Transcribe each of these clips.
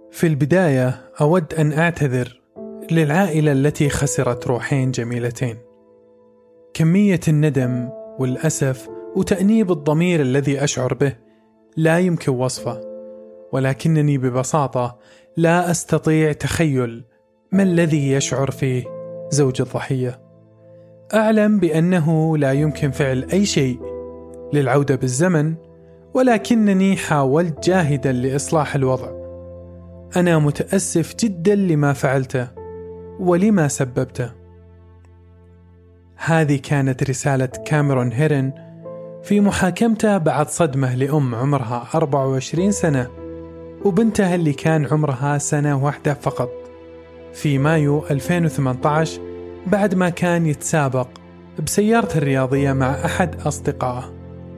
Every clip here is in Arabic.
في البداية أود أن أعتذر للعائلة التي خسرت روحين جميلتين. كمية الندم والأسف وتأنيب الضمير الذي أشعر به لا يمكن وصفه، ولكنني ببساطة لا أستطيع تخيل ما الذي يشعر فيه زوج الضحية. أعلم بأنه لا يمكن فعل أي شيء للعودة بالزمن، ولكنني حاولت جاهدا لإصلاح الوضع. أنا متأسف جدا لما فعلته ولما سببته. هذه كانت رسالة كاميرون هيرن في محاكمته بعد صدمة لأم عمرها 24 سنة وبنتها اللي كان عمرها سنة واحدة فقط في مايو 2018 بعد ما كان يتسابق بسيارته الرياضية مع أحد أصدقائه.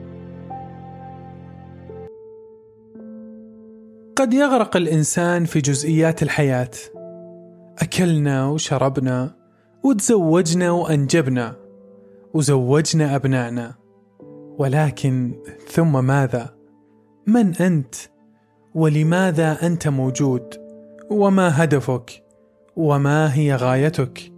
قد يغرق الإنسان في جزئيات الحياة، أكلنا وشربنا وتزوجنا وأنجبنا وزوجنا أبنائنا، ولكن ثم ماذا؟ من أنت؟ ولماذا أنت موجود؟ وما هدفك؟ وما هي غايتك؟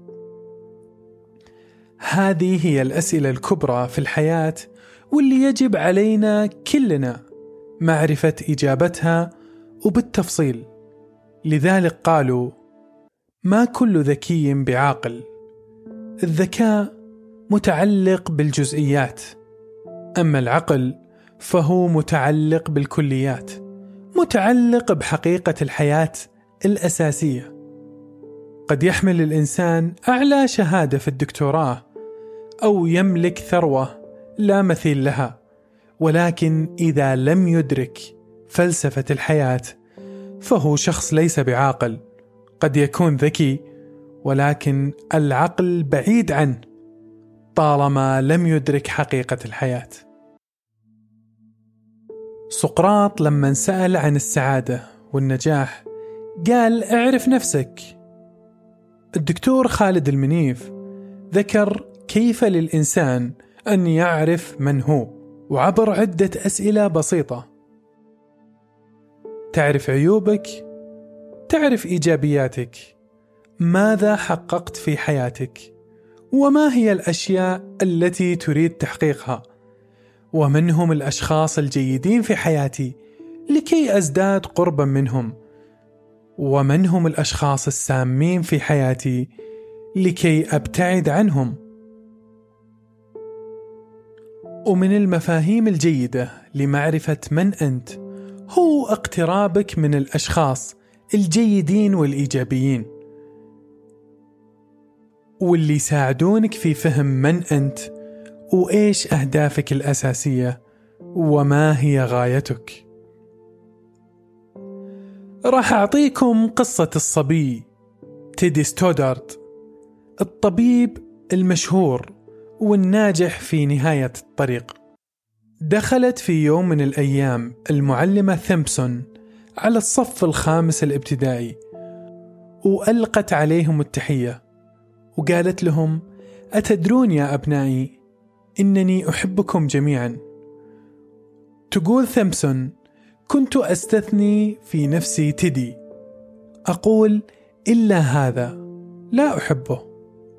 هذه هي الأسئلة الكبرى في الحياة، واللي يجب علينا كلنا معرفة إجابتها وبالتفصيل. لذلك قالوا: ما كل ذكي بعاقل. الذكاء متعلق بالجزئيات، أما العقل فهو متعلق بالكليات، متعلق بحقيقة الحياة الأساسية. قد يحمل الإنسان أعلى شهادة في الدكتوراه أو يملك ثروة لا مثيل لها، ولكن إذا لم يدرك فلسفة الحياة فهو شخص ليس بعاقل. قد يكون ذكي ولكن العقل بعيد عنه طالما لم يدرك حقيقة الحياة. سقراط لما سأل عن السعادة والنجاح قال: اعرف نفسك. الدكتور خالد المنيف ذكر كيف للإنسان أن يعرف من هو، وعبر عدة أسئلة بسيطة: تعرف عيوبك، تعرف إيجابياتك، ماذا حققت في حياتك، وما هي الأشياء التي تريد تحقيقها، ومن هم الأشخاص الجيدين في حياتي لكي أزداد قربا منهم، ومن هم الأشخاص السامين في حياتي لكي أبتعد عنهم. ومن المفاهيم الجيدة لمعرفة من أنت هو اقترابك من الأشخاص الجيدين والإيجابيين، واللي يساعدونك في فهم من أنت وإيش أهدافك الأساسية وما هي غايتك. راح أعطيكم قصة الصبي تيدي ستودارد، الطبيب المشهور والناجح في نهاية الطريق. دخلت في يوم من الأيام المعلمة ثيمبسون على الصف الخامس الابتدائي وألقت عليهم التحية وقالت لهم: أتدرون يا أبنائي إنني أحبكم جميعا. تقول ثيمبسون: كنت أستثني في نفسي تيدي، أقول إلا هذا لا أحبه.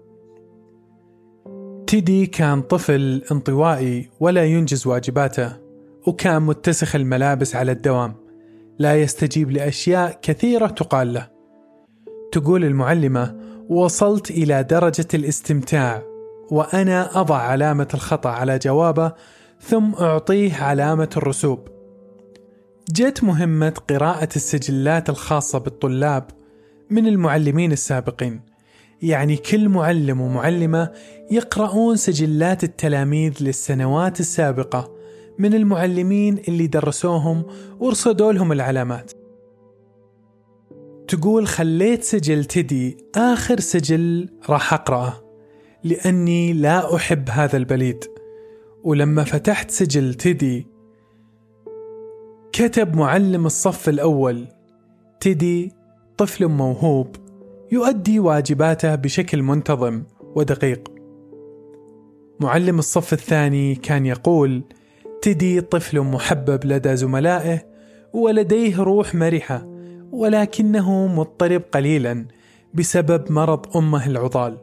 تيدي كان طفل انطوائي ولا ينجز واجباته، وكان متسخ الملابس على الدوام، لا يستجيب لأشياء كثيرة تقال له. تقول المعلمة: وصلت إلى درجة الاستمتاع وأنا أضع علامة الخطأ على جوابه ثم أعطيه علامة الرسوب. جت مهمة قراءة السجلات الخاصة بالطلاب من المعلمين السابقين، يعني كل معلم ومعلمة يقرؤون سجلات التلاميذ للسنوات السابقة من المعلمين اللي درسوهم ورصدوا لهم العلامات. تقول: خليت سجل تيدي آخر سجل راح أقرأه لأني لا أحب هذا البليد. ولما فتحت سجل تيدي كتب معلم الصف الأول: تيدي طفل موهوب يؤدي واجباته بشكل منتظم ودقيق. معلم الصف الثاني كان يقول: تيدي طفل محبب لدى زملائه ولديه روح مرحة ولكنه مضطرب قليلا بسبب مرض أمه العضال.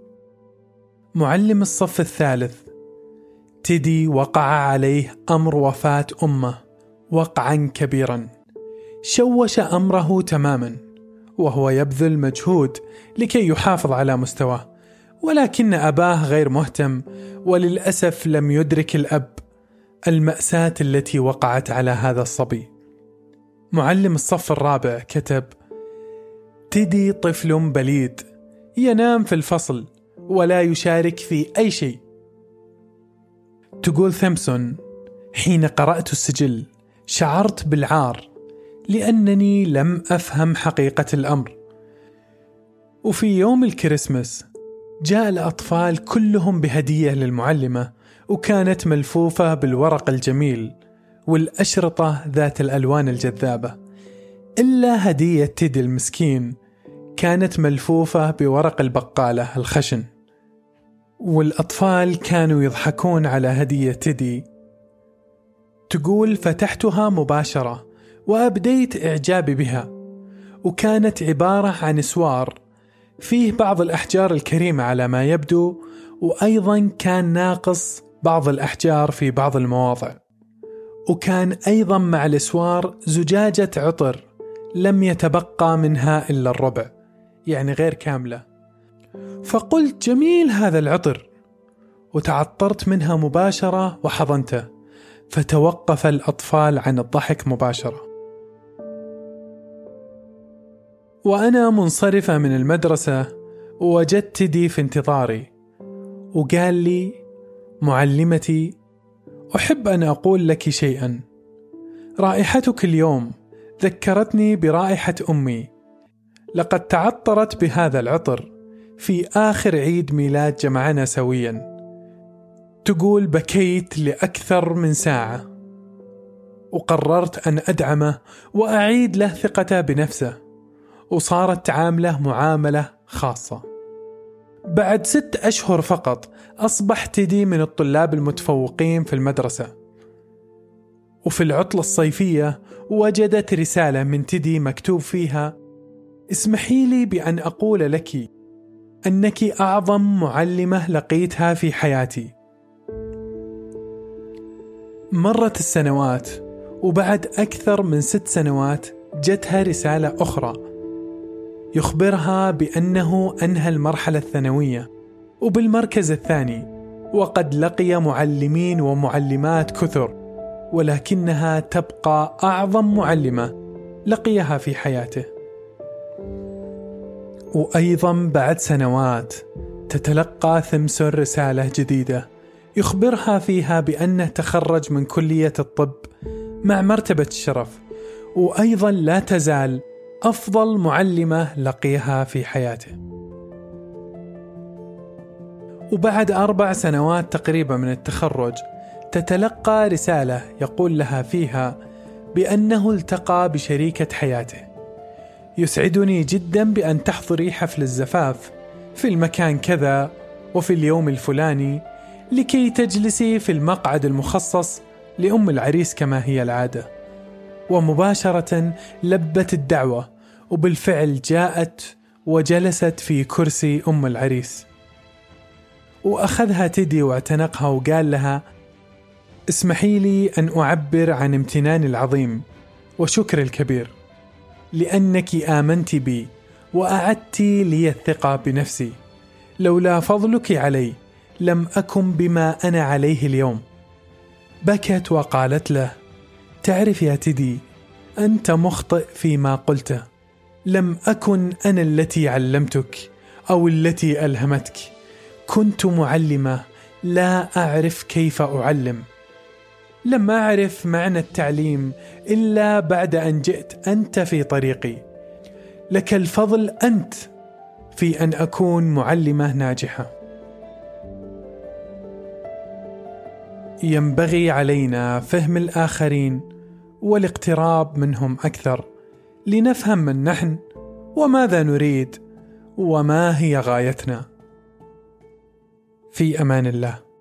معلم الصف الثالث تيدي وقع عليه أمر وفاة أمه وقعا كبيرا شوش أمره تماما، وهو يبذل مجهود لكي يحافظ على مستواه، ولكن أباه غير مهتم، وللأسف لم يدرك الأب المأساة التي وقعت على هذا الصبي. معلم الصف الرابع كتب: تيدي طفل بليد ينام في الفصل ولا يشارك في أي شيء. تقول ثمسون: حين قرأت السجل شعرت بالعار لأنني لم أفهم حقيقة الأمر. وفي يوم الكريسماس جاء الأطفال كلهم بهدية للمعلمة، وكانت ملفوفة بالورق الجميل والأشرطة ذات الألوان الجذابة، إلا هدية تيدي المسكين كانت ملفوفة بورق البقالة الخشن. والأطفال كانوا يضحكون على هدية تيدي. تقول: فتحتها مباشرة وأبديت إعجابي بها، وكانت عبارة عن سوار فيه بعض الأحجار الكريمة على ما يبدو، وأيضا كان ناقص بعض الأحجار في بعض المواضع، وكان أيضا مع الأسوار زجاجة عطر لم يتبقى منها إلا الربع، يعني غير كاملة. فقلت: جميل هذا العطر، وتعطرت منها مباشرة وحضنته، فتوقف الأطفال عن الضحك مباشرة. وأنا منصرفة من المدرسة ووجدت تيدي في انتظاري، وقال لي: معلمتي، أحب أن أقول لك شيئا. رائحتك اليوم ذكرتني برائحة أمي، لقد تعطرت بهذا العطر في آخر عيد ميلاد جمعنا سويا. تقول: بكيت لأكثر من ساعة، وقررت أن أدعمه وأعيد له ثقته بنفسه، وصارت تعامله معاملة خاصة. بعد 6 أشهر فقط أصبح تيدي من الطلاب المتفوقين في المدرسة. وفي العطلة الصيفية وجدت رسالة من تيدي مكتوب فيها: اسمحي لي بأن أقول لك أنك أعظم معلمة لقيتها في حياتي. مرت السنوات، وبعد أكثر من 6 سنوات جتها رسالة أخرى يخبرها بأنه أنهى المرحلة الثانوية وبالمركز الثاني، وقد لقي معلمين ومعلمات كثر، ولكنها تبقى أعظم معلمة لقيها في حياته. وأيضا بعد سنوات تتلقى ثمسون رسالة جديدة يخبرها فيها بأنه تخرج من كلية الطب مع مرتبة الشرف، وأيضا لا تزال أفضل معلمة لقيها في حياته. وبعد 4 سنوات تقريبا من التخرج تتلقى رسالة يقول لها فيها بأنه التقى بشريكة حياته: يسعدني جدا بأن تحضري حفل الزفاف في المكان كذا وفي اليوم الفلاني، لكي تجلسي في المقعد المخصص لأم العريس كما هي العادة. ومباشرة لبت الدعوة، وبالفعل جاءت وجلست في كرسي أم العريس، وأخذها تيدي واعتنقها وقال لها: اسمحي لي أن أعبر عن امتناني العظيم وشكر الكبير، لأنك آمنت بي وأعدت لي الثقة بنفسي. لولا فضلك علي لم أكن بما أنا عليه اليوم. بكت وقالت له: تعرف يا تيدي، أنت مخطئ فيما قلته. لم أكن أنا التي علمتك أو التي ألهمتك، كنت معلمة لا أعرف كيف أعلم. لم أعرف معنى التعليم إلا بعد أن جئت أنت في طريقي. لك الفضل أنت في أن أكون معلمة ناجحة. ينبغي علينا فهم الآخرين والاقتراب منهم أكثر، لنفهم من نحن وماذا نريد وما هي غايتنا. في أمان الله.